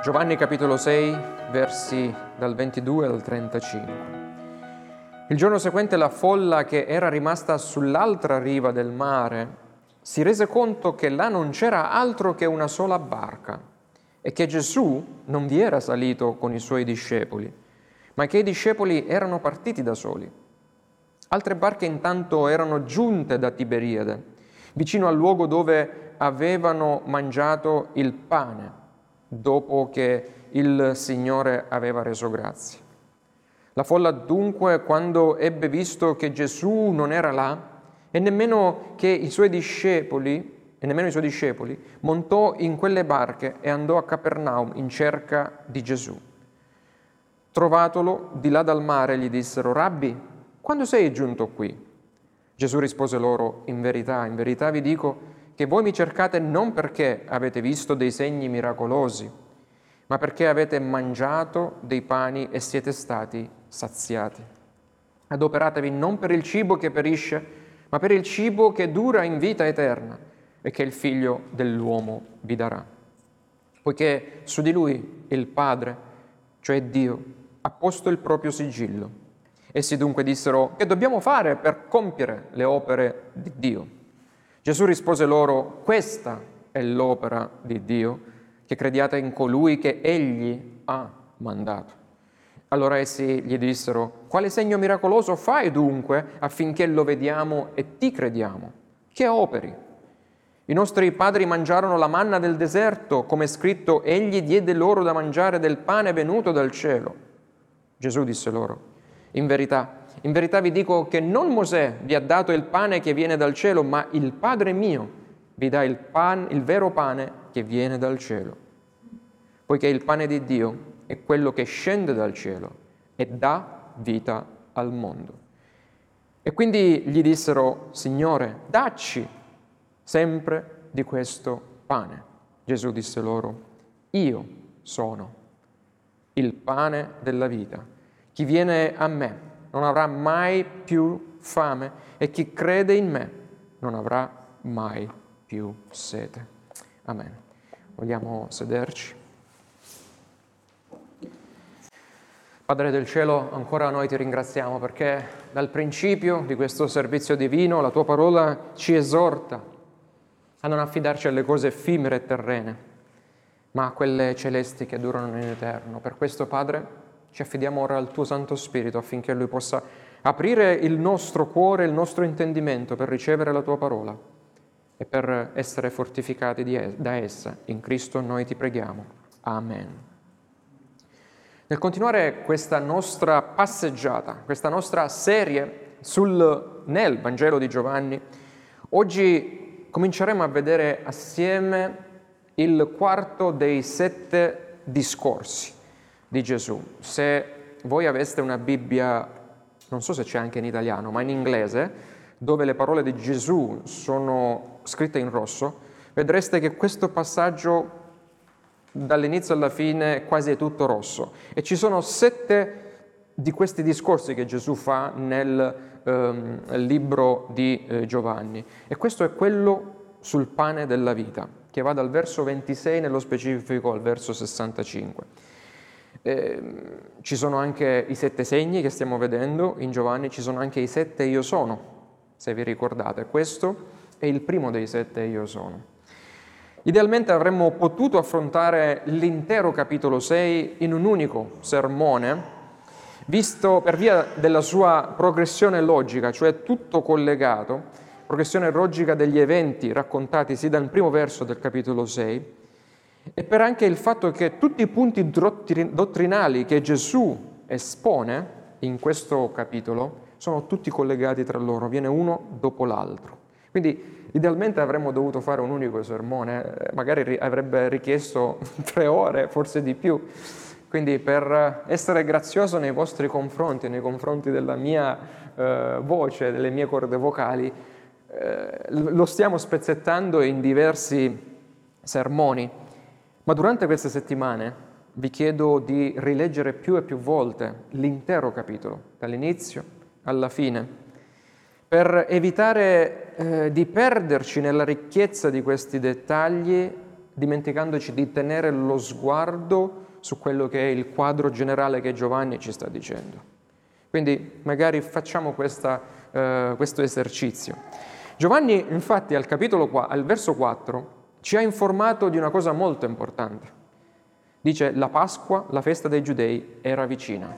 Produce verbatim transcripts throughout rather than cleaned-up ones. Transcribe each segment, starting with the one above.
Giovanni capitolo sei, versi dal ventidue al trentacinque. Il giorno seguente la folla che era rimasta sull'altra riva del mare si rese conto che là non c'era altro che una sola barca e che Gesù non vi era salito con i suoi discepoli, ma che i discepoli erano partiti da soli. Altre barche intanto erano giunte da Tiberiade, vicino al luogo dove avevano mangiato il pane, dopo che il Signore aveva reso grazie. La folla dunque, quando ebbe visto che Gesù non era là e nemmeno che i suoi discepoli, e nemmeno i suoi discepoli, montò in quelle barche e andò a Capernaum in cerca di Gesù. Trovatolo di là dal mare, gli dissero: Rabbi, quando sei giunto qui? Gesù rispose loro: in verità, in verità vi dico che voi mi cercate non perché avete visto dei segni miracolosi, ma perché avete mangiato dei pani e siete stati saziati. Adoperatevi non per il cibo che perisce, ma per il cibo che dura in vita eterna e che il Figlio dell'uomo vi darà. Poiché su di lui il Padre, cioè Dio, ha posto il proprio sigillo. Essi dunque dissero: che dobbiamo fare per compiere le opere di Dio? Gesù rispose loro: questa è l'opera di Dio, che crediate in colui che Egli ha mandato. Allora essi gli dissero: quale segno miracoloso fai dunque affinché lo vediamo e ti crediamo? Che operi? I nostri padri mangiarono la manna del deserto, come è scritto: Egli diede loro da mangiare del pane venuto dal cielo. Gesù disse loro: in verità, in verità vi dico che non Mosè vi ha dato il pane che viene dal cielo, ma il Padre mio vi dà il, pan, il vero pane che viene dal cielo. Poiché il pane di Dio è quello che scende dal cielo e dà vita al mondo. E quindi gli dissero: Signore, dacci sempre di questo pane. Gesù disse loro: io sono il pane della vita. Chi viene a me non avrà mai più fame e chi crede in me non avrà mai più sete. Amen. Vogliamo sederci? Padre del cielo, ancora noi ti ringraziamo perché dal principio di questo servizio divino la tua parola ci esorta a non affidarci alle cose effimere e terrene, ma a quelle celesti che durano in eterno. Per questo, Padre, ci affidiamo ora al tuo Santo Spirito affinché Lui possa aprire il nostro cuore, il nostro intendimento per ricevere la tua parola e per essere fortificati da essa. In Cristo noi ti preghiamo. Amen. Nel continuare questa nostra passeggiata, questa nostra serie sul, nel Vangelo di Giovanni, oggi cominceremo a vedere assieme il quarto dei sette discorsi di Gesù. Se voi aveste una Bibbia, non so se c'è anche in italiano, ma in inglese, dove le parole di Gesù sono scritte in rosso, vedreste che questo passaggio dall'inizio alla fine quasi è tutto rosso. E ci sono sette di questi discorsi che Gesù fa nel ehm, libro di eh, Giovanni. E questo è quello sul pane della vita, che va dal verso ventisei nello specifico al verso sessantacinque. Eh, ci sono anche i sette segni che stiamo vedendo in Giovanni, ci sono anche i sette io sono, se vi ricordate. Questo è il primo dei sette io sono. Idealmente avremmo potuto affrontare l'intero capitolo sei in un unico sermone, visto per via della sua progressione logica, cioè tutto collegato, progressione logica degli eventi raccontati sì dal primo verso del capitolo sei, e per anche il fatto che tutti i punti dottrinali che Gesù espone in questo capitolo sono tutti collegati tra loro, viene uno dopo l'altro. Quindi idealmente avremmo dovuto fare un unico sermone, magari avrebbe richiesto tre ore, forse di più. Quindi per essere grazioso nei vostri confronti, nei confronti della mia eh, voce, delle mie corde vocali, eh, lo stiamo spezzettando in diversi sermoni. Ma durante queste settimane vi chiedo di rileggere più e più volte l'intero capitolo, dall'inizio alla fine, per evitare eh, di perderci nella ricchezza di questi dettagli dimenticandoci di tenere lo sguardo su quello che è il quadro generale che Giovanni ci sta dicendo. Quindi magari facciamo questa, eh, questo esercizio. Giovanni, infatti, al capitolo qua, al verso quattro, ci ha informato di una cosa molto importante. Dice: la Pasqua, la festa dei Giudei, era vicina.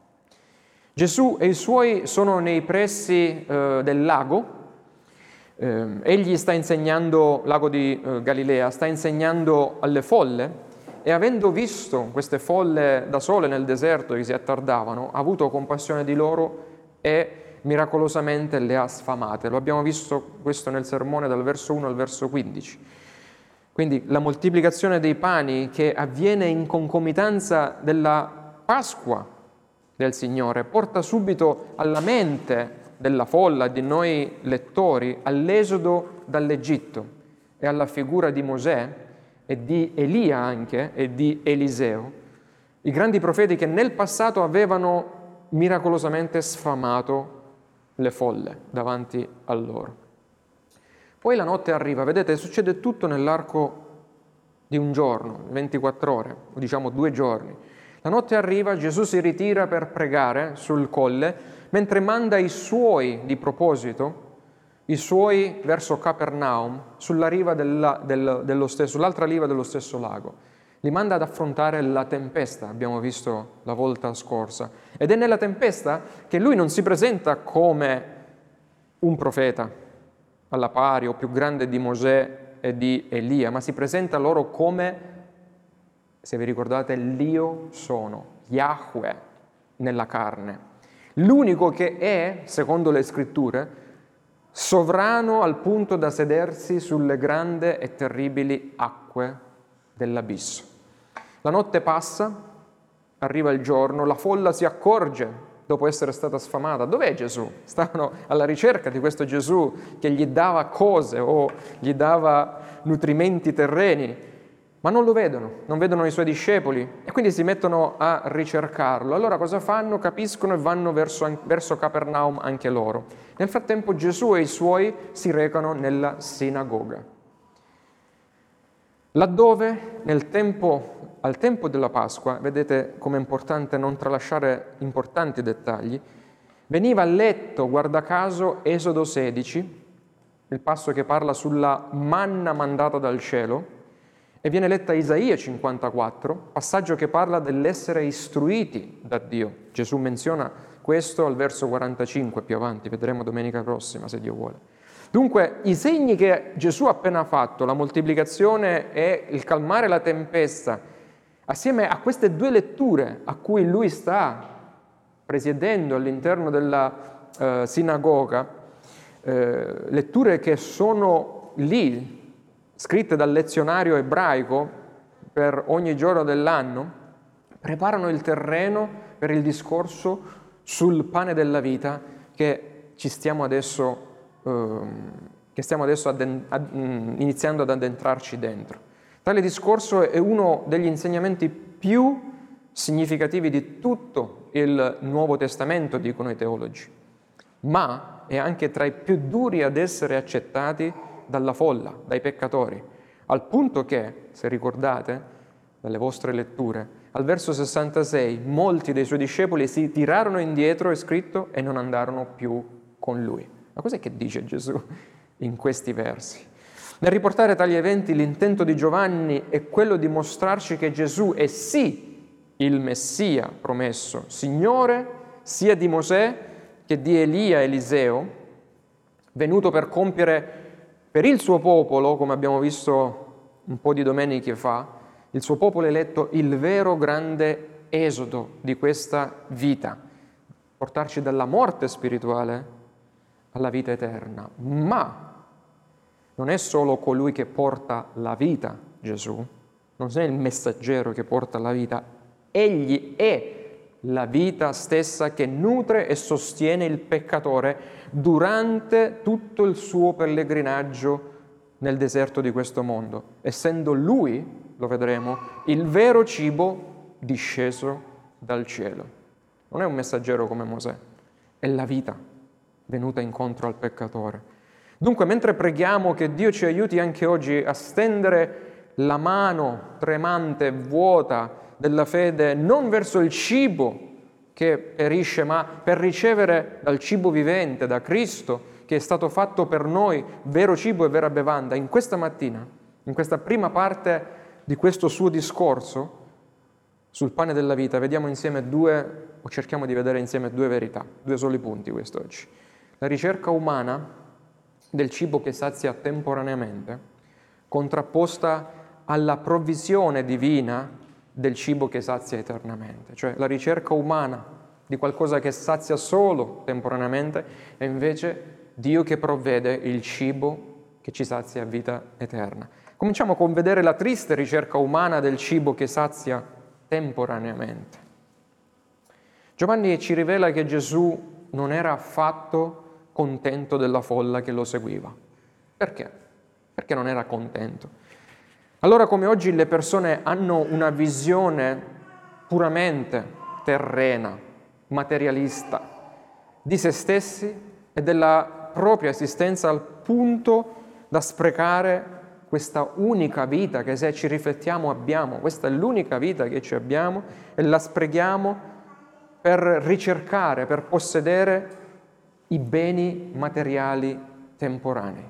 Gesù e i suoi sono nei pressi eh, del lago. Eh, egli sta insegnando, lago di eh, Galilea, sta insegnando alle folle, e avendo visto queste folle da sole nel deserto che si attardavano, ha avuto compassione di loro e miracolosamente le ha sfamate. Lo abbiamo visto questo nel sermone dal verso uno al verso quindici. Quindi la moltiplicazione dei pani che avviene in concomitanza della Pasqua del Signore porta subito alla mente della folla, di noi lettori, all'esodo dall'Egitto e alla figura di Mosè e di Elia anche e di Eliseo, i grandi profeti che nel passato avevano miracolosamente sfamato le folle davanti a loro. Poi la notte arriva, vedete, succede tutto nell'arco di un giorno, ventiquattro ore, o diciamo due giorni. La notte arriva, Gesù si ritira per pregare sul colle, mentre manda i suoi di proposito, i suoi verso Capernaum, sulla riva della, del, dello stesso, sull'altra riva dello stesso lago. Li manda ad affrontare la tempesta, abbiamo visto la volta scorsa. Ed è nella tempesta che lui non si presenta come un profeta, alla pari o più grande di Mosè e di Elia, ma si presenta loro come, se vi ricordate, l'Io sono, Yahweh nella carne. L'unico che è, secondo le scritture, sovrano al punto da sedersi sulle grandi e terribili acque dell'abisso. La notte passa, arriva il giorno, la folla si accorge dopo essere stata sfamata. Dov'è Gesù? Stavano alla ricerca di questo Gesù che gli dava cose o gli dava nutrimenti terreni, ma non lo vedono, non vedono i suoi discepoli e quindi si mettono a ricercarlo. Allora cosa fanno? Capiscono e vanno verso, verso Capernaum anche loro. Nel frattempo Gesù e i suoi si recano nella sinagoga, laddove nel tempo, al tempo della Pasqua, vedete com'è importante non tralasciare importanti dettagli, veniva letto, guarda caso, Esodo sedici, il passo che parla sulla manna mandata dal cielo, e viene letta Isaia cinquantaquattro, passaggio che parla dell'essere istruiti da Dio. Gesù menziona questo al verso quarantacinque, più avanti, vedremo domenica prossima se Dio vuole. Dunque, i segni che Gesù ha appena fatto, la moltiplicazione e il calmare la tempesta, assieme a queste due letture a cui lui sta presiedendo all'interno della eh, sinagoga, eh, letture che sono lì, scritte dal lezionario ebraico per ogni giorno dell'anno, preparano il terreno per il discorso sul pane della vita che ci stiamo adesso, ehm, che stiamo adesso adden- ad, mh, iniziando ad addentrarci dentro. Tale discorso è uno degli insegnamenti più significativi di tutto il Nuovo Testamento, dicono i teologi, ma è anche tra i più duri ad essere accettati dalla folla, dai peccatori, al punto che, se ricordate dalle vostre letture, al verso sessantasei, molti dei suoi discepoli si tirarono indietro, è scritto, e non andarono più con lui. Ma cos'è che dice Gesù in questi versi? Nel riportare tali eventi, l'intento di Giovanni è quello di mostrarci che Gesù è sì il Messia promesso, Signore sia di Mosè che di Elia e Eliseo, venuto per compiere per il suo popolo, come abbiamo visto un po' di domeniche fa, il suo popolo eletto, il vero grande esodo di questa vita, portarci dalla morte spirituale alla vita eterna. Ma non è solo colui che porta la vita, Gesù, non è il messaggero che porta la vita, egli è la vita stessa che nutre e sostiene il peccatore durante tutto il suo pellegrinaggio nel deserto di questo mondo, essendo lui, lo vedremo, il vero cibo disceso dal cielo. Non è un messaggero come Mosè, è la vita venuta incontro al peccatore. Dunque, mentre preghiamo che Dio ci aiuti anche oggi a stendere la mano tremante e vuota della fede non verso il cibo che perisce, ma per ricevere dal cibo vivente, da Cristo, che è stato fatto per noi, vero cibo e vera bevanda. In questa mattina, in questa prima parte di questo suo discorso sul pane della vita, vediamo insieme due, o cerchiamo di vedere insieme due verità, due soli punti quest'oggi. La ricerca umana del cibo che sazia temporaneamente, contrapposta alla provvisione divina del cibo che sazia eternamente, cioè la ricerca umana di qualcosa che sazia solo temporaneamente e invece Dio che provvede il cibo che ci sazia a vita eterna. Cominciamo con vedere la triste ricerca umana del cibo che sazia temporaneamente. Giovanni ci rivela che Gesù non era affatto contento della folla che lo seguiva. Perché? Perché non era contento. Allora, come oggi le persone hanno una visione puramente terrena, materialista, di se stessi e della propria esistenza al punto da sprecare questa unica vita che, se ci riflettiamo, abbiamo. Questa è l'unica vita che ci abbiamo e la sprechiamo per ricercare, per possedere i beni materiali temporanei,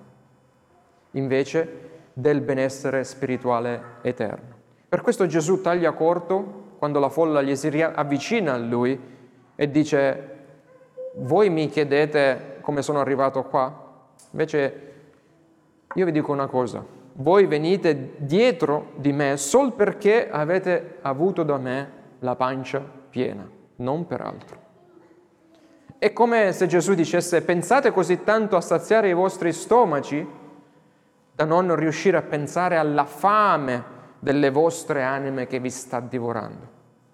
invece del benessere spirituale eterno. Per questo Gesù taglia corto quando la folla gli si avvicina a lui e dice: voi mi chiedete come sono arrivato qua? Invece io vi dico una cosa: voi venite dietro di me sol perché avete avuto da me la pancia piena, non per altro. È come se Gesù dicesse: pensate così tanto a saziare i vostri stomaci da non riuscire a pensare alla fame delle vostre anime che vi sta divorando.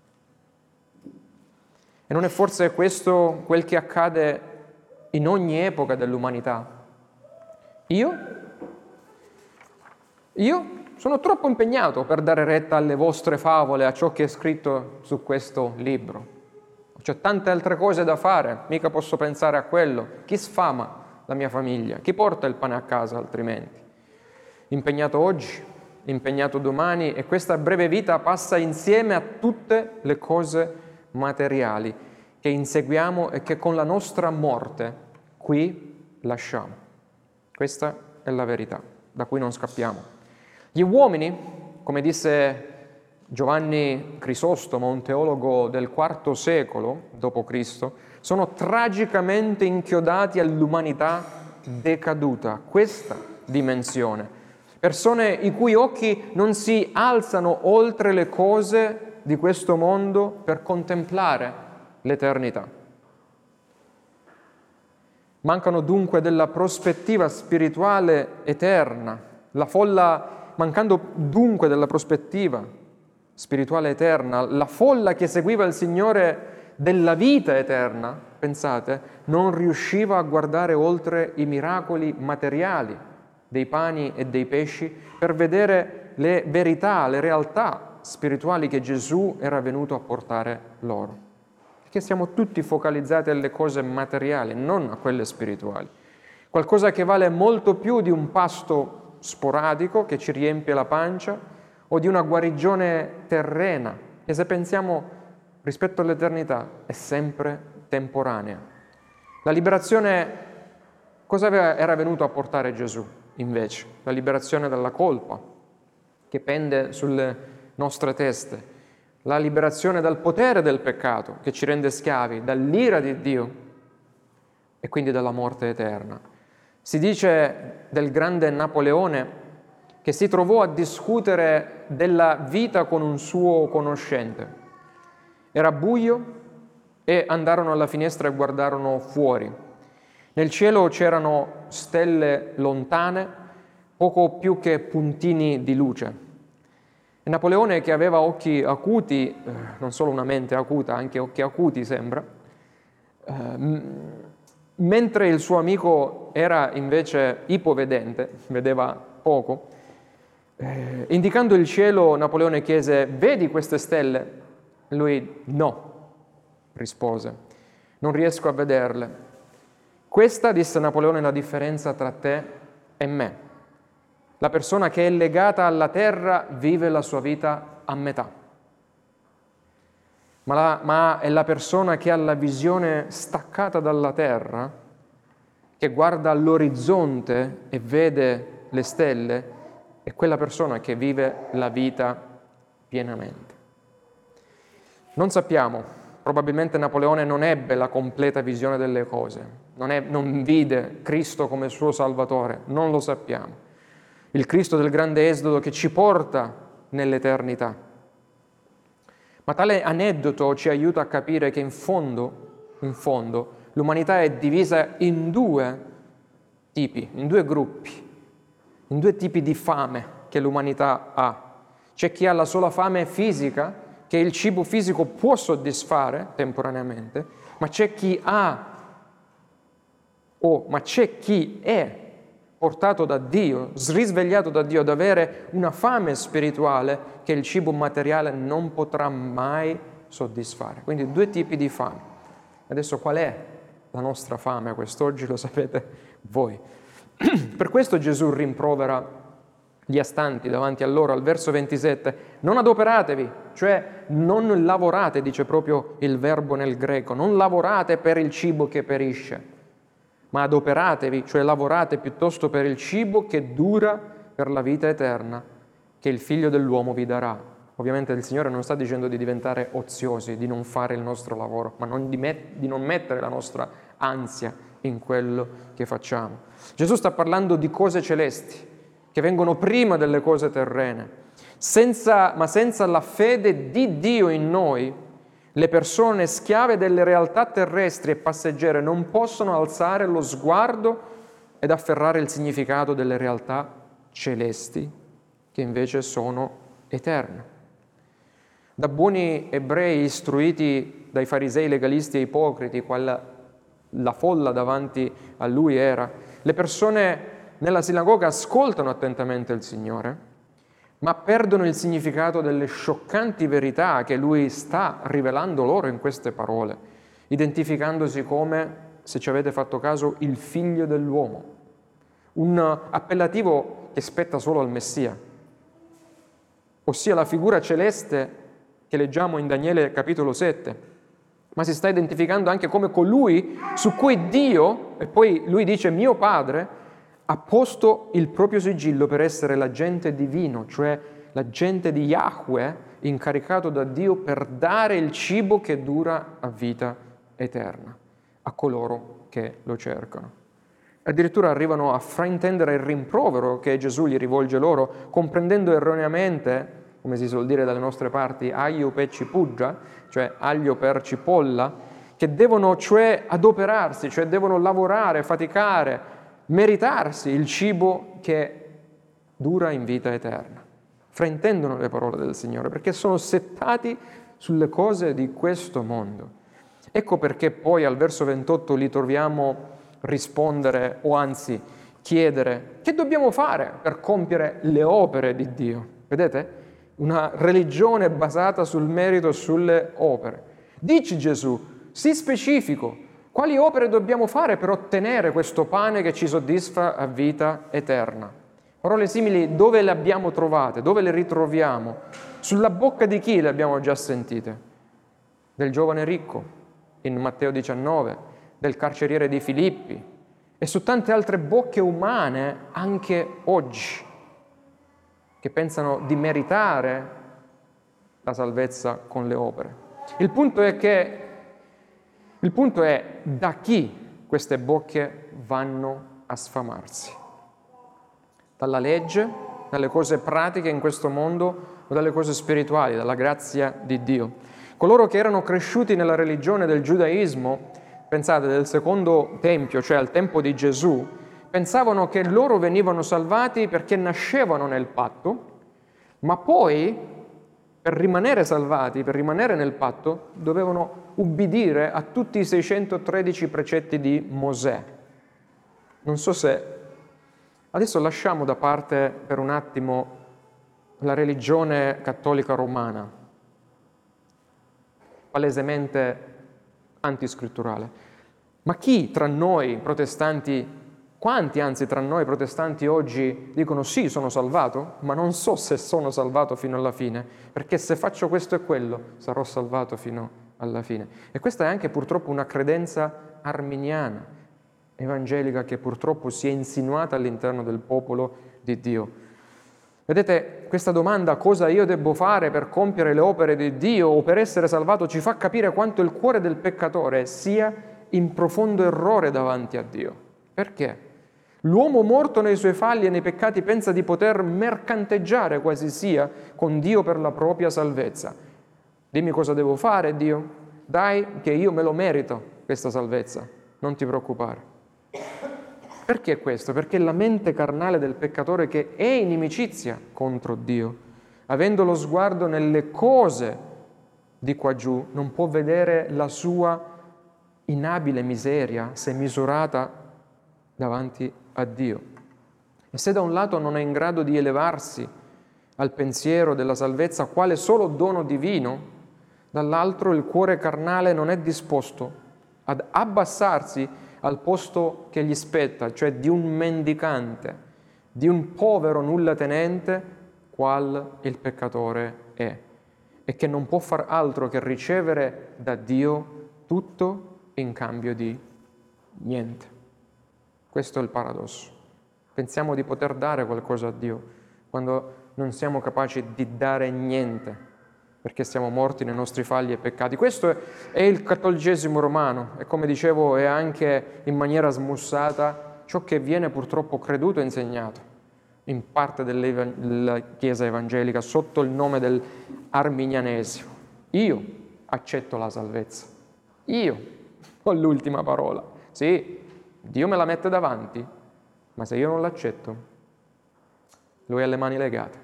E non è forse questo quel che accade in ogni epoca dell'umanità? Io? Io sono troppo impegnato per dare retta alle vostre favole, a ciò che è scritto su questo libro. C'ho tante altre cose da fare, mica posso pensare a quello. Chi sfama la mia famiglia? Chi porta il pane a casa altrimenti? Impegnato oggi, impegnato domani, e questa breve vita passa insieme a tutte le cose materiali che inseguiamo e che con la nostra morte qui lasciamo. Questa è la verità, da cui non scappiamo. Gli uomini, come disse Giovanni Crisostomo, un teologo del quarto secolo dopo Cristo, sono tragicamente inchiodati all'umanità decaduta, questa dimensione. Persone i cui occhi non si alzano oltre le cose di questo mondo per contemplare l'eternità. Mancano dunque della prospettiva spirituale eterna. La folla, mancando dunque della prospettiva spirituale eterna, la folla che seguiva il Signore della vita eterna, pensate, non riusciva a guardare oltre i miracoli materiali dei pani e dei pesci per vedere le verità, le realtà spirituali che Gesù era venuto a portare loro. Perché siamo tutti focalizzati alle cose materiali, non a quelle spirituali. Qualcosa che vale molto più di un pasto sporadico che ci riempie la pancia o di una guarigione terrena, che se pensiamo rispetto all'eternità è sempre temporanea. La liberazione, cosa era venuto a portare Gesù? Invece, la liberazione dalla colpa che pende sulle nostre teste, la liberazione dal potere del peccato che ci rende schiavi, dall'ira di Dio e quindi dalla morte eterna. Si dice del grande Napoleone che si trovò a discutere della vita con un suo conoscente. Era buio e andarono alla finestra e guardarono fuori. Nel cielo c'erano stelle lontane, poco più che puntini di luce. E Napoleone, che aveva occhi acuti, eh, non solo una mente acuta, anche occhi acuti sembra, eh, m- mentre il suo amico era invece ipovedente, vedeva poco, eh, indicando il cielo, Napoleone chiese: vedi queste stelle? E lui: no, rispose, non riesco a vederle. Questa, disse Napoleone, è la differenza tra te e me. La persona che è legata alla terra vive la sua vita a metà. Ma, la, ma è la persona che ha la visione staccata dalla terra, che guarda all'orizzonte e vede le stelle, è quella persona che vive la vita pienamente. Non sappiamo, probabilmente Napoleone non ebbe la completa visione delle cose, non, è, non vide Cristo come suo Salvatore, non lo sappiamo. Il Cristo del grande esodo che ci porta nell'eternità. Ma tale aneddoto ci aiuta a capire che in fondo, in fondo, l'umanità è divisa in due tipi, in due gruppi, in due tipi di fame che l'umanità ha. C'è chi ha la sola fame fisica, che il cibo fisico può soddisfare temporaneamente, ma c'è chi ha, o ma c'è chi è portato da Dio, risvegliato da Dio ad avere una fame spirituale che il cibo materiale non potrà mai soddisfare. Quindi due tipi di fame. Adesso qual è la nostra fame quest'oggi? Lo sapete voi. Per questo Gesù rimprovera gli astanti davanti a loro al verso ventisette: non adoperatevi, cioè non lavorate, dice proprio il verbo nel greco, non lavorate per il cibo che perisce, ma adoperatevi, cioè lavorate piuttosto per il cibo che dura per la vita eterna, che il Figlio dell'uomo vi darà. Ovviamente il Signore non sta dicendo di diventare oziosi, di non fare il nostro lavoro, ma non di, met- di non mettere la nostra ansia in quello che facciamo. Gesù sta parlando di cose celesti, che vengono prima delle cose terrene. Senza, ma senza la fede di Dio in noi, le persone schiave delle realtà terrestri e passeggere non possono alzare lo sguardo ed afferrare il significato delle realtà celesti, che invece sono eterne. Da buoni ebrei istruiti dai farisei legalisti e ipocriti, qual la folla davanti a lui era, le persone nella sinagoga ascoltano attentamente il Signore, ma perdono il significato delle scioccanti verità che Lui sta rivelando loro in queste parole, identificandosi come, se ci avete fatto caso, il Figlio dell'uomo, un appellativo che spetta solo al Messia, ossia la figura celeste che leggiamo in Daniele capitolo sette, ma si sta identificando anche come colui su cui Dio, e poi Lui dice mio Padre, ha posto il proprio sigillo per essere l'agente divino, cioè l'agente di Yahweh incaricato da Dio per dare il cibo che dura a vita eterna a coloro che lo cercano. Addirittura arrivano a fraintendere il rimprovero che Gesù gli rivolge loro, comprendendo erroneamente, come si suol dire dalle nostre parti, aglio per cipuggia, cioè aglio per cipolla, che devono cioè adoperarsi, cioè devono lavorare, faticare, meritarsi il cibo che dura in vita eterna. Fraintendono le parole del Signore perché sono settati sulle cose di questo mondo. Ecco perché poi al verso ventotto li troviamo rispondere o anzi chiedere che dobbiamo fare per compiere le opere di Dio. Vedete? Una religione basata sul merito e sulle opere. Dici Gesù, sii specifico. Quali opere dobbiamo fare per ottenere questo pane che ci soddisfa a vita eterna? Parole simili, dove le abbiamo trovate? Dove le ritroviamo? Sulla bocca di chi le abbiamo già sentite? Del giovane ricco, in Matteo diciannove, del carceriere di Filippi e su tante altre bocche umane anche oggi, che pensano di meritare la salvezza con le opere. Il punto è che Il punto è da chi queste bocche vanno a sfamarsi. Dalla legge, dalle cose pratiche in questo mondo o dalle cose spirituali, dalla grazia di Dio. Coloro che erano cresciuti nella religione del giudaismo, pensate del secondo tempio, cioè al tempo di Gesù, pensavano che loro venivano salvati perché nascevano nel patto, ma poi per rimanere salvati, per rimanere nel patto, dovevano ubbidire a tutti i seicentotredici precetti di Mosè. Non so se... Adesso lasciamo da parte per un attimo la religione cattolica romana, palesemente antiscritturale. Ma chi tra noi protestanti, Quanti, anzi, tra noi protestanti oggi dicono sì, sono salvato, ma non so se sono salvato fino alla fine, perché se faccio questo e quello sarò salvato fino alla fine. E questa è anche purtroppo una credenza arminiana, evangelica, che purtroppo si è insinuata all'interno del popolo di Dio. Vedete, questa domanda, cosa io debbo fare per compiere le opere di Dio o per essere salvato, ci fa capire quanto il cuore del peccatore sia in profondo errore davanti a Dio. Perché? L'uomo morto nei suoi falli e nei peccati pensa di poter mercanteggiare quasi sia con Dio per la propria salvezza. Dimmi cosa devo fare, Dio? Dai, che io me lo merito questa salvezza, non ti preoccupare. Perché questo? Perché la mente carnale del peccatore, che è inimicizia contro Dio, avendo lo sguardo nelle cose di qua giù, non può vedere la sua inabile miseria se misurata davanti a Dio. E se da un lato non è in grado di elevarsi al pensiero della salvezza quale solo dono divino, dall'altro il cuore carnale non è disposto ad abbassarsi al posto che gli spetta, cioè di un mendicante, di un povero nullatenente, qual il peccatore è, e che non può far altro che ricevere da Dio tutto in cambio di niente. Questo è il paradosso. Pensiamo di poter dare qualcosa a Dio quando non siamo capaci di dare niente, perché siamo morti nei nostri falli e peccati. Questo è il cattolicesimo romano e, come dicevo, è anche in maniera smussata ciò che viene purtroppo creduto e insegnato in parte della Chiesa evangelica sotto il nome dell'arminianesimo. Io accetto la salvezza. Io ho l'ultima parola. Sì, Dio me la mette davanti, ma se io non l'accetto, Lui ha le mani legate.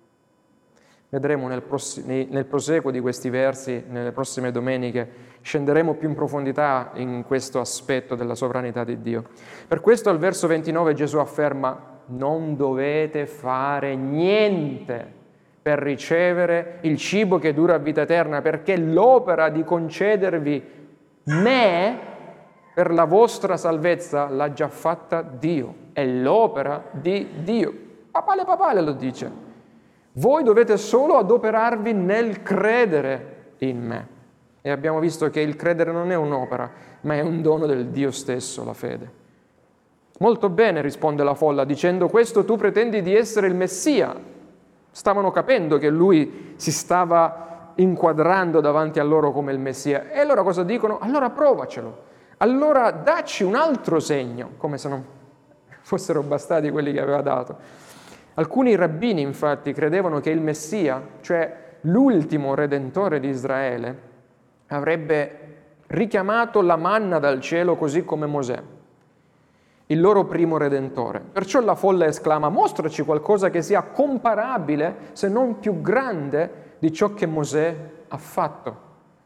Vedremo nel, pross- nel proseguo di questi versi, nelle prossime domeniche, scenderemo più in profondità in questo aspetto della sovranità di Dio. Per questo al verso ventinove Gesù afferma: non dovete fare niente per ricevere il cibo che dura a vita eterna, perché l'opera di concedervi me per la vostra salvezza l'ha già fatta Dio. È l'opera di Dio. Papale papale lo dice. Voi dovete solo adoperarvi nel credere in me. E abbiamo visto che il credere non è un'opera, ma è un dono del Dio stesso, la fede. Molto bene, risponde la folla, dicendo questo tu pretendi di essere il Messia. Stavano capendo che lui si stava inquadrando davanti a loro come il Messia. E allora cosa dicono? Allora provacelo. Allora dacci un altro segno, come se non fossero bastati quelli che aveva dato. Alcuni rabbini, infatti, credevano che il Messia, cioè l'ultimo redentore di Israele, avrebbe richiamato la manna dal cielo così come Mosè, il loro primo redentore. Perciò la folla esclama: mostraci qualcosa che sia comparabile, se non più grande, di ciò che Mosè ha fatto.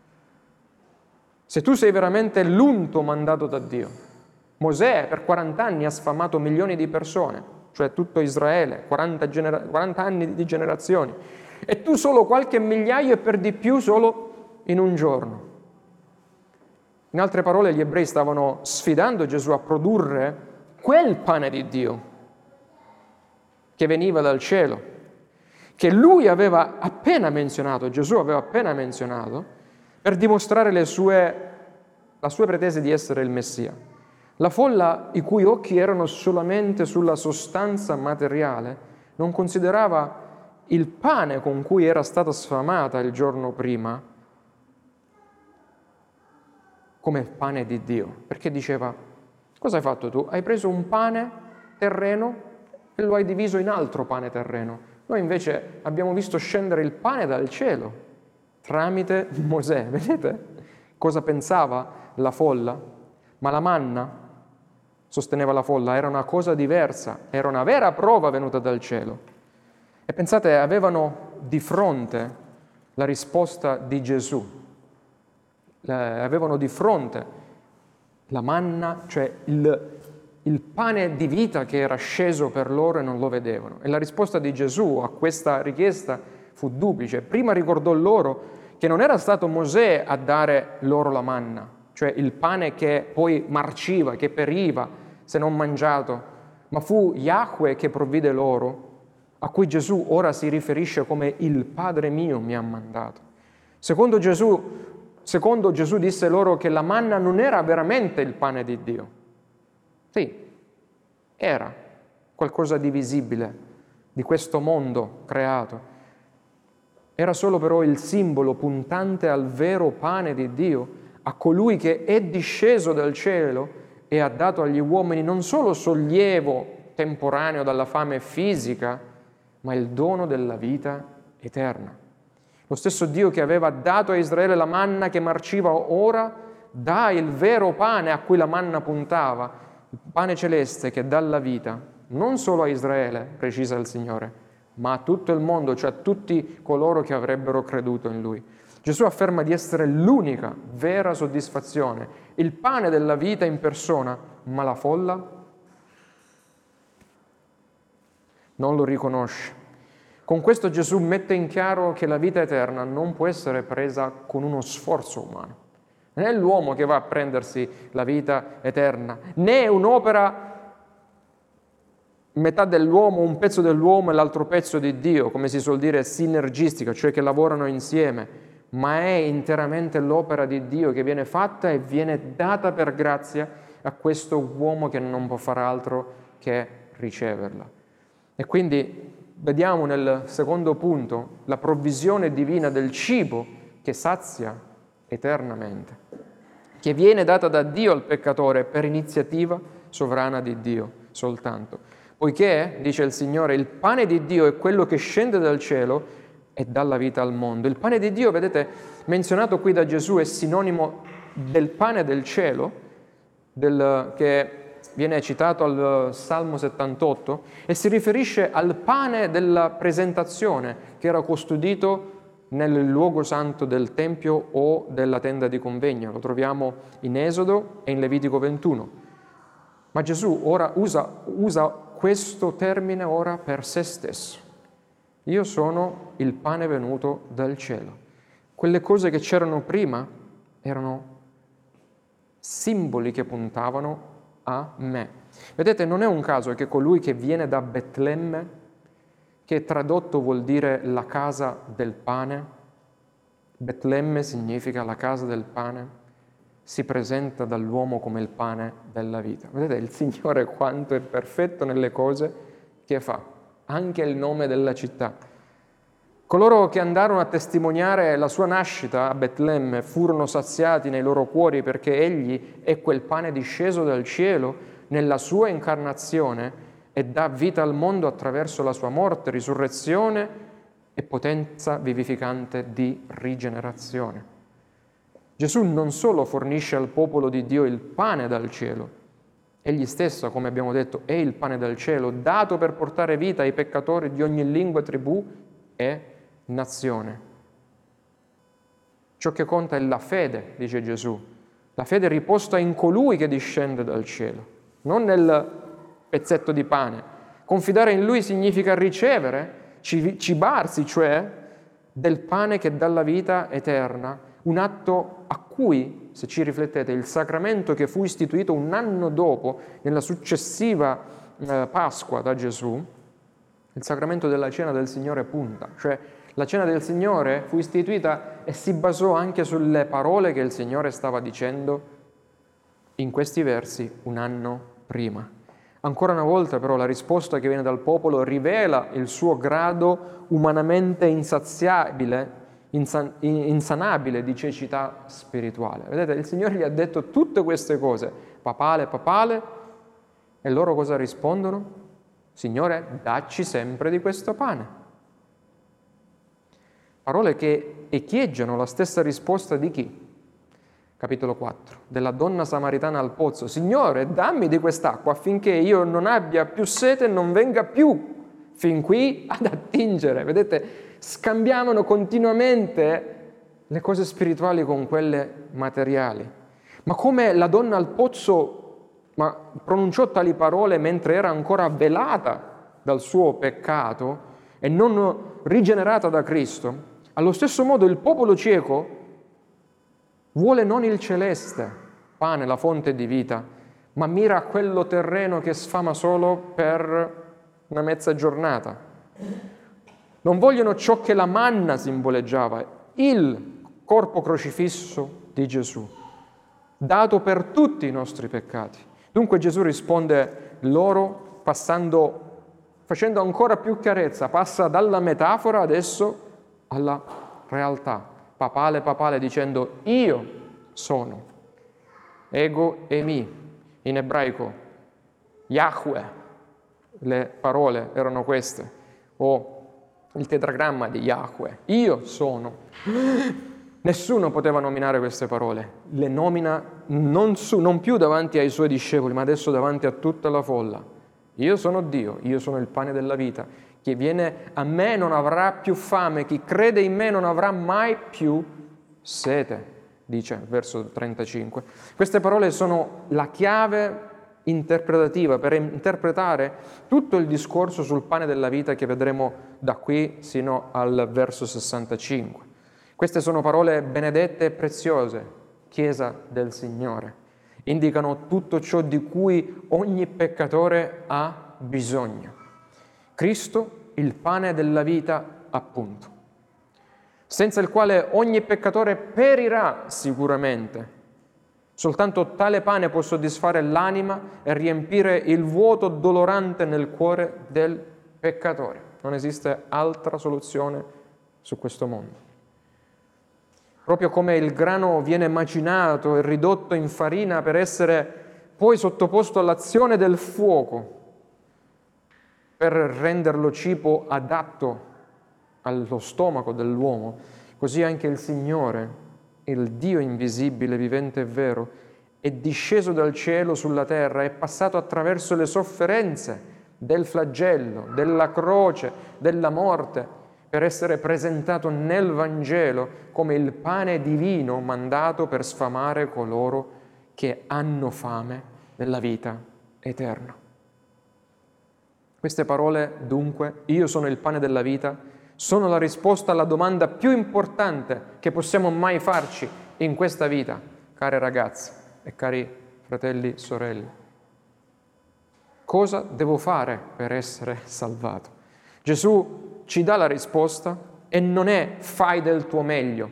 Se tu sei veramente l'unto mandato da Dio. Mosè per quaranta anni ha sfamato milioni di persone, cioè tutto Israele, quaranta, genera- quaranta anni di generazioni, e tu solo qualche migliaio e per di più solo in un giorno. In altre parole, gli ebrei stavano sfidando Gesù a produrre quel pane di Dio che veniva dal cielo, che lui aveva appena menzionato, Gesù aveva appena menzionato, per dimostrare le sue, la sua pretesa di essere il Messia. La folla, i cui occhi erano solamente sulla sostanza materiale, non considerava il pane con cui era stata sfamata il giorno prima come pane di Dio, perché diceva: cosa hai fatto tu? Hai preso un pane terreno e lo hai diviso in altro pane terreno. Noi invece abbiamo visto scendere il pane dal cielo tramite Mosè. Vedete cosa pensava la folla? Ma la manna, sosteneva la folla, era una cosa diversa, era una vera prova venuta dal cielo. E pensate, avevano di fronte la risposta di Gesù, avevano di fronte la manna, cioè il, il pane di vita che era sceso per loro e non lo vedevano. E la risposta di Gesù a questa richiesta fu duplice. Prima ricordò loro che non era stato Mosè a dare loro la manna, cioè il pane che poi marciva, che periva se non mangiato, ma fu Yahweh che provvide loro, a cui Gesù ora si riferisce come il Padre mio mi ha mandato. Secondo Gesù, secondo Gesù disse loro che la manna non era veramente il pane di Dio. Sì, era qualcosa di visibile, di questo mondo creato. Era solo però il simbolo puntante al vero pane di Dio, a colui che è disceso dal cielo e ha dato agli uomini non solo sollievo temporaneo dalla fame fisica, ma il dono della vita eterna. Lo stesso Dio che aveva dato a Israele la manna che marciva ora, dà il vero pane a cui la manna puntava, il pane celeste che dà la vita, non solo a Israele, precisa il Signore, ma a tutto il mondo, cioè a tutti coloro che avrebbero creduto in Lui. Gesù afferma di essere l'unica vera soddisfazione, il pane della vita in persona, ma la folla non lo riconosce. Con questo Gesù mette in chiaro che la vita eterna non può essere presa con uno sforzo umano. Non è l'uomo che va a prendersi la vita eterna, né è un'opera metà dell'uomo, un pezzo dell'uomo e l'altro pezzo di Dio, come si suol dire sinergistica, cioè che lavorano insieme, ma è interamente l'opera di Dio che viene fatta e viene data per grazia a questo uomo che non può fare altro che riceverla. E quindi vediamo nel secondo punto la provvisione divina del cibo che sazia eternamente, che viene data da Dio al peccatore per iniziativa sovrana di Dio soltanto. Poiché, dice il Signore, il pane di Dio è quello che scende dal cielo e dà la vita al mondo. Il pane di Dio, vedete, menzionato qui da Gesù, è sinonimo del pane del cielo, del, che viene citato al Salmo settantotto, e si riferisce al pane della presentazione che era custodito nel luogo santo del Tempio o della tenda di convegno. Lo troviamo in Esodo e in Levitico ventuno. Ma Gesù ora usa, usa questo termine ora per se stesso. Io sono il pane venuto dal cielo. Quelle cose che c'erano prima erano simboli che puntavano a me. Vedete, non è un caso che colui che viene da Betlemme, che tradotto vuol dire la casa del pane, Betlemme significa la casa del pane, si presenta dall'uomo come il pane della vita. Vedete il Signore quanto è perfetto nelle cose che fa, anche il nome della città. Coloro che andarono a testimoniare la sua nascita a Betlemme furono saziati nei loro cuori perché egli è quel pane disceso dal cielo nella sua incarnazione e dà vita al mondo attraverso la sua morte, risurrezione e potenza vivificante di rigenerazione. Gesù non solo fornisce al popolo di Dio il pane dal cielo, egli stesso, come abbiamo detto, è il pane dal cielo, dato per portare vita ai peccatori di ogni lingua, tribù e nazione. Ciò che conta è la fede, dice Gesù, la fede riposta in colui che discende dal cielo, non nel pezzetto di pane. Confidare in Lui significa ricevere, cibarsi, cioè, del pane che dà la vita eterna, un atto a cui, se ci riflettete, il sacramento che fu istituito un anno dopo, nella successiva eh, Pasqua da Gesù, il sacramento della cena del Signore punta, cioè la cena del Signore fu istituita e si basò anche sulle parole che il Signore stava dicendo in questi versi un anno prima. Ancora una volta però la risposta che viene dal popolo rivela il suo grado umanamente insaziabile, insan- insanabile di cecità spirituale. Vedete, il Signore gli ha detto tutte queste cose, papale, papale, e loro cosa rispondono? Signore, dacci sempre di questo pane. Parole che echeggiano la stessa risposta di chi? Capitolo quattro, della donna samaritana al pozzo. Signore, dammi di quest'acqua affinché io non abbia più sete e non venga più fin qui ad attingere. Vedete, scambiavano continuamente le cose spirituali con quelle materiali. Ma come la donna al pozzo ma pronunciò tali parole mentre era ancora velata dal suo peccato e non rigenerata da Cristo, allo stesso modo il popolo cieco vuole non il celeste, pane, la fonte di vita, ma mira a quello terreno che sfama solo per una mezza giornata. Non vogliono ciò che la manna simboleggiava, il corpo crocifisso di Gesù, dato per tutti i nostri peccati. Dunque Gesù risponde loro passando, facendo ancora più chiarezza, passa dalla metafora adesso alla realtà, papale papale, dicendo io sono, ego emi, in ebraico, Yahweh, le parole erano queste, o il tetragramma di Yahweh, io sono. Nessuno poteva nominare queste parole, le nomina non, su, non più davanti ai suoi discepoli, ma adesso davanti a tutta la folla. Io sono Dio, io sono il pane della vita. Chi viene a me non avrà più fame, chi crede in me non avrà mai più sete, dice verso trentacinque. Queste parole sono la chiave interpretativa per interpretare tutto il discorso sul pane della vita che vedremo da qui sino al verso sessantacinque. Queste sono parole benedette e preziose, Chiesa del Signore. Indicano tutto ciò di cui ogni peccatore ha bisogno. Cristo, il pane della vita, appunto, senza il quale ogni peccatore perirà sicuramente. Soltanto tale pane può soddisfare l'anima e riempire il vuoto dolorante nel cuore del peccatore. Non esiste altra soluzione su questo mondo. Proprio come il grano viene macinato e ridotto in farina per essere poi sottoposto all'azione del fuoco per renderlo cibo adatto allo stomaco dell'uomo, così anche il Signore, il Dio invisibile, vivente e vero, è disceso dal cielo sulla terra, è passato attraverso le sofferenze del flagello, della croce, della morte, per essere presentato nel Vangelo come il pane divino mandato per sfamare coloro che hanno fame della vita eterna. Queste parole, dunque, io sono il pane della vita, sono la risposta alla domanda più importante che possiamo mai farci in questa vita, care ragazze e cari fratelli e sorelle. Cosa devo fare per essere salvato? Gesù ci dà la risposta e non è fai del tuo meglio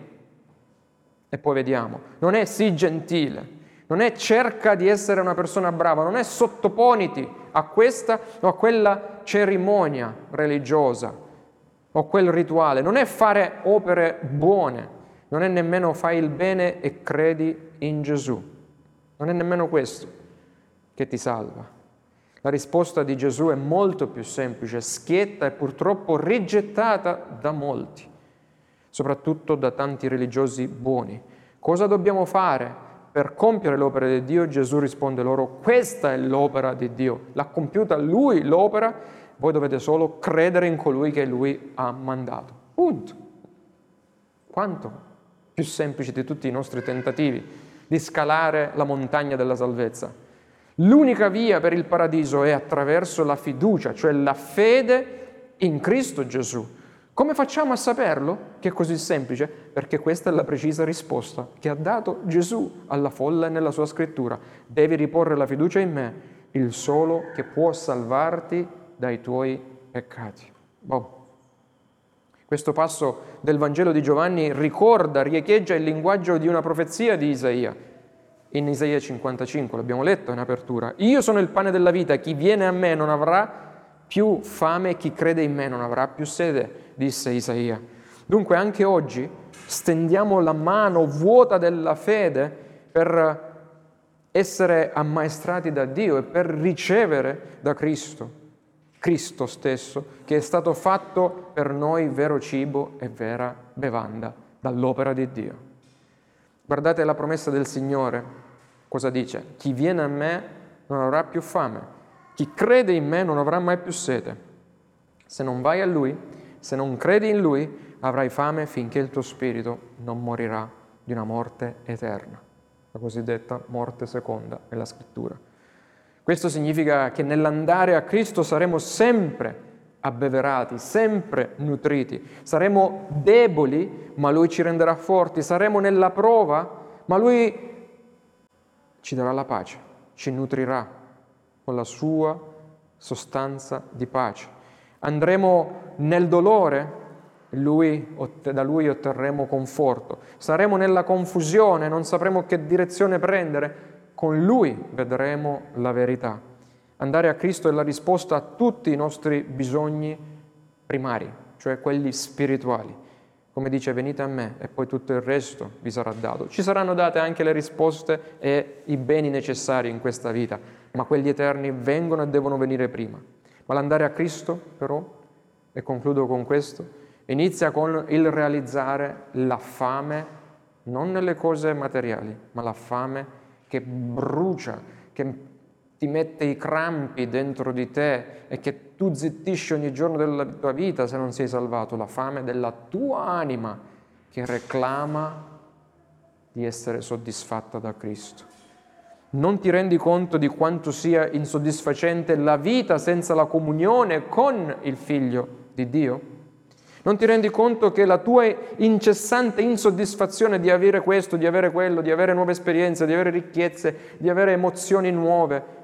e poi vediamo, non è sii gentile, non è cerca di essere una persona brava, non è sottoponiti a questa o a quella cerimonia religiosa o quel rituale, non è fare opere buone, non è nemmeno fai il bene e credi in Gesù, non è nemmeno questo che ti salva. La risposta di Gesù è molto più semplice, schietta e purtroppo rigettata da molti, soprattutto da tanti religiosi buoni. Cosa dobbiamo fare per compiere l'opera di Dio? Gesù risponde loro, questa è l'opera di Dio, l'ha compiuta Lui l'opera, voi dovete solo credere in colui che Lui ha mandato. Punto. Quanto più semplice di tutti i nostri tentativi di scalare la montagna della salvezza. L'unica via per il paradiso è attraverso la fiducia, cioè la fede in Cristo Gesù. Come facciamo a saperlo? Che è così semplice? Perché questa è la precisa risposta che ha dato Gesù alla folla nella sua scrittura. Devi riporre la fiducia in me, il solo che può salvarti dai tuoi peccati. Boh. Questo passo del Vangelo di Giovanni ricorda, riecheggia il linguaggio di una profezia di Isaia. In Isaia cinquantacinque, l'abbiamo letto in apertura, io sono il pane della vita, chi viene a me non avrà più fame, chi crede in me non avrà più sede, disse Isaia. Dunque anche oggi stendiamo la mano vuota della fede per essere ammaestrati da Dio e per ricevere da Cristo, Cristo stesso, che è stato fatto per noi vero cibo e vera bevanda dall'opera di Dio. Guardate la promessa del Signore. Cosa dice? Chi viene a me non avrà più fame, chi crede in me non avrà mai più sete. Se non vai a Lui, se non credi in Lui, avrai fame finché il tuo spirito non morirà di una morte eterna, la cosiddetta morte seconda nella Scrittura. Questo significa che nell'andare a Cristo saremo sempre abbeverati, sempre nutriti, saremo deboli, ma Lui ci renderà forti, saremo nella prova, ma Lui ci darà la pace. ci nutrirà con la sua sostanza di pace. Andremo nel dolore, lui, da Lui otterremo conforto. Saremo nella confusione, non sapremo che direzione prendere, con Lui vedremo la verità. Andare a Cristo è la risposta a tutti i nostri bisogni primari, cioè quelli spirituali. Come dice, venite a me e poi tutto il resto vi sarà dato. Ci saranno date anche le risposte e i beni necessari in questa vita, ma quelli eterni vengono e devono venire prima. Ma l'andare a Cristo, però, e concludo con questo, inizia con il realizzare la fame, non nelle cose materiali, ma la fame che brucia, che ti mette i crampi dentro di te e che tu zittisci ogni giorno della tua vita se non sei salvato, la fame della tua anima che reclama di essere soddisfatta da Cristo. Non ti rendi conto di quanto sia insoddisfacente la vita senza la comunione con il Figlio di Dio? Non ti rendi conto che la tua incessante insoddisfazione di avere questo, di avere quello, di avere nuove esperienze, di avere ricchezze, di avere emozioni nuove,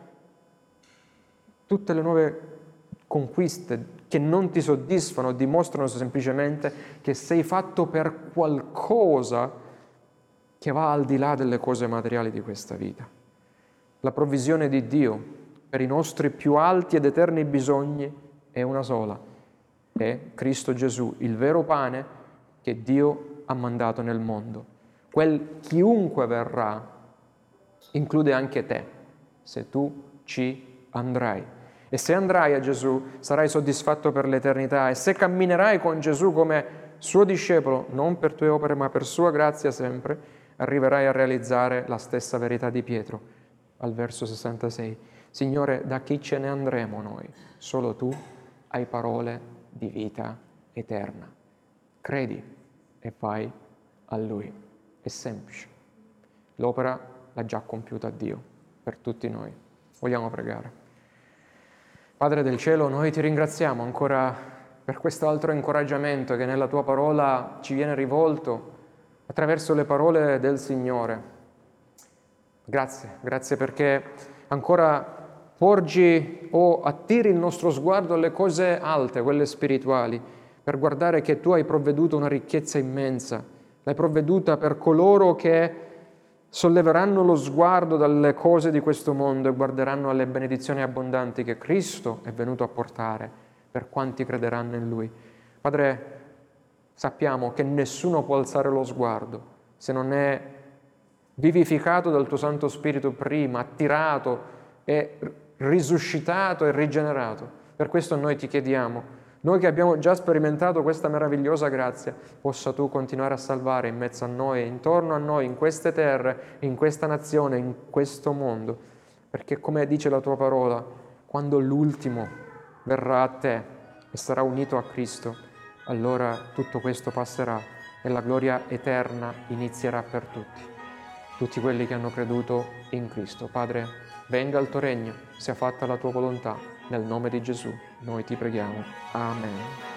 tutte le nuove conquiste che non ti soddisfano dimostrano semplicemente che sei fatto per qualcosa che va al di là delle cose materiali di questa vita. La provvisione di Dio per i nostri più alti ed eterni bisogni è una sola: è Cristo Gesù, il vero pane che Dio ha mandato nel mondo. Quel chiunque verrà include anche te, se tu ci andrai. E se andrai a Gesù sarai soddisfatto per l'eternità, e se camminerai con Gesù come suo discepolo, non per tue opere ma per sua grazia sempre, arriverai a realizzare la stessa verità di Pietro, al verso sessantasei. Signore, da chi ce ne andremo noi? Solo tu hai parole di vita eterna. Credi e vai a Lui. È semplice. L'opera l'ha già compiuta Dio per tutti noi. Vogliamo pregare. Padre del cielo, noi ti ringraziamo ancora per questo altro incoraggiamento che nella tua parola ci viene rivolto attraverso le parole del Signore. Grazie, grazie perché ancora porgi o attiri il nostro sguardo alle cose alte, quelle spirituali, per guardare che tu hai provveduto una ricchezza immensa, l'hai provveduta per coloro che solleveranno lo sguardo dalle cose di questo mondo e guarderanno alle benedizioni abbondanti che Cristo è venuto a portare per quanti crederanno in Lui. Padre, sappiamo che nessuno può alzare lo sguardo se non è vivificato dal tuo Santo Spirito prima, attirato e risuscitato e rigenerato. Per questo noi ti chiediamo, noi che abbiamo già sperimentato questa meravigliosa grazia, possa tu continuare a salvare in mezzo a noi, intorno a noi, in queste terre, in questa nazione, in questo mondo. Perché come dice la tua parola, quando l'ultimo verrà a te e sarà unito a Cristo, allora tutto questo passerà e la gloria eterna inizierà per tutti, tutti quelli che hanno creduto in Cristo. Padre, venga il tuo regno, sia fatta la tua volontà. Nel nome di Gesù noi ti preghiamo. Amen.